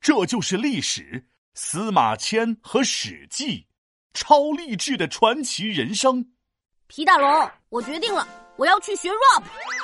这就是历史，司马迁和史记，超励志的传奇人生。 皮大龙，我决定了，我要去学 rap。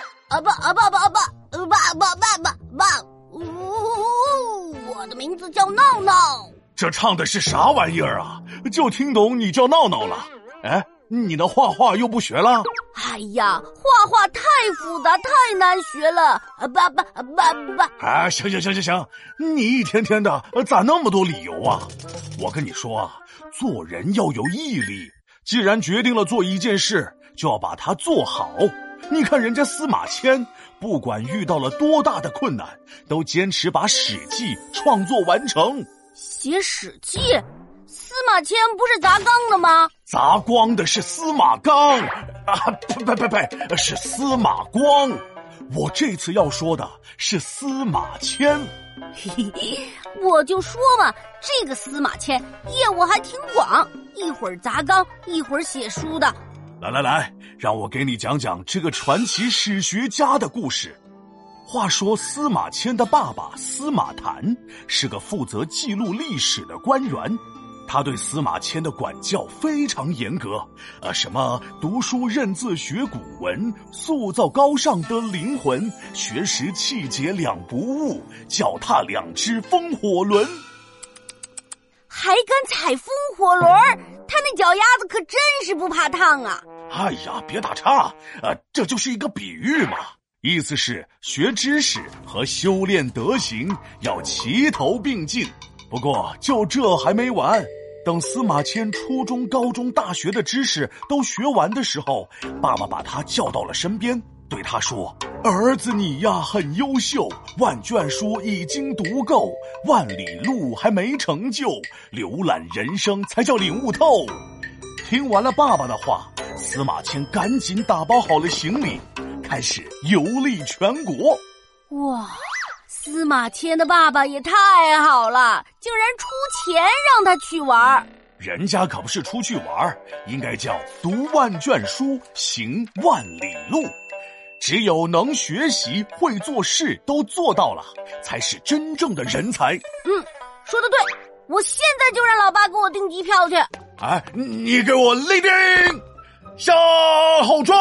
我的名字叫闹闹。 这唱的是啥玩意儿啊？就听懂你叫闹闹了。哎，你的画画又不学了？ 哎呀，画画太复杂，太难学了。 啊，行，你一天天的咋那么多理由啊？我跟你说啊，做人要有毅力，既然决定了做一件事，就要把它做好。你看人家司马迁，不管遇到了多大的困难，都坚持把《史记》创作完成。 写《史记》？司马迁不是砸缸的吗？ 砸光的是司马刚啊！呸，是司马光。我这次要说的是司马迁。 我就说嘛，这个司马迁业务还挺广，一会儿砸缸，一会儿写书的。 来，让我给你讲讲这个传奇史学家的故事。话说司马迁的爸爸司马谈是个负责记录历史的官员，他对司马迁的管教非常严格，什么读书认字学古文，塑造高尚的灵魂，学识气节两不误，脚踏两只风火轮。 还敢踩风火轮？他那脚丫子可真是不怕烫啊！ 哎呀，别打岔，这就是一个比喻嘛，意思是学知识和修炼德行要齐头并进。不过就这还没完，等司马迁初中、高中、大学的知识都学完的时候，爸爸把他叫到了身边，对他说：儿子你呀很优秀，万卷书已经读够，万里路还没成就，浏览人生才叫领悟透。听完了爸爸的话，司马迁赶紧打包好了行李，开始游历全国。 哇，司马迁的爸爸也太好了，竟然出钱让他去玩。 人家可不是出去玩，应该叫读万卷书，行万里路。只有能学习、会做事都做到了，才是真正的人才。 说得对，我现在就让老爸给我订机票去。 哎，你给我立定，向后转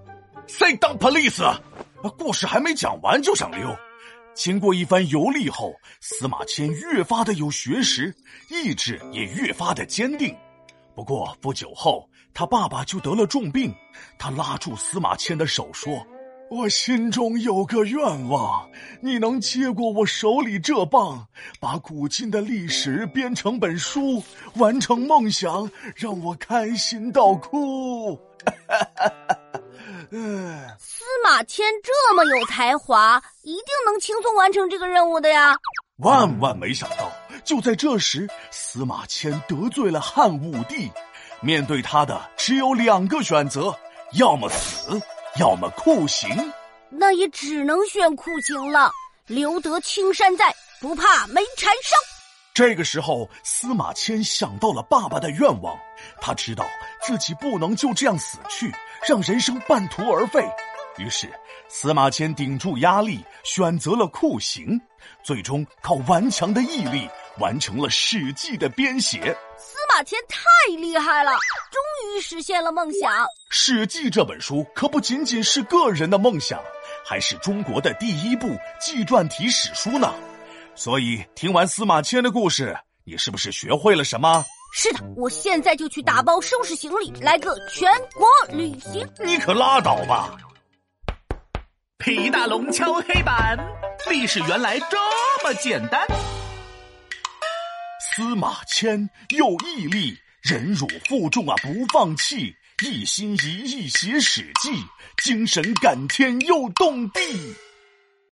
，Sit down, police。故事还没讲完就想溜。经过一番游历后，司马迁越发的有学识，意志也越发的坚定。不过不久后，他爸爸就得了重病，他拉住司马迁的手说：我心中有个愿望，你能接过我手里这棒，把古今的历史编成本书，完成梦想，让我开心到哭。 司马迁这么有才华，一定能轻松完成这个任务的呀。 万没想到，就在这时，司马迁得罪了汉武帝，面对他的只有2个选择，要么死，要么酷刑。 那也只能选酷刑了，留得青山在，不怕没柴烧。 这个时候，司马迁想到了爸爸的愿望，他知道自己不能就这样死去，让人生半途而废。于是司马迁顶住压力，选择了酷刑，最终靠顽强的毅力完成了《史记》的编写。 司马迁太厉害了，终于实现了梦想。《 史记》这本书可不仅仅是个人的梦想，还是中国的第一部纪传体史书呢。所以听完司马迁的故事，你是不是学会了什么？ 是的，我现在就去打包收拾行李，来个全国旅行。 你可拉倒吧！ 皮大龙敲黑板，历史原来这么简单。 司马迁有毅力，忍辱负重啊，不放弃，一心一意写史记，精神感天又动地。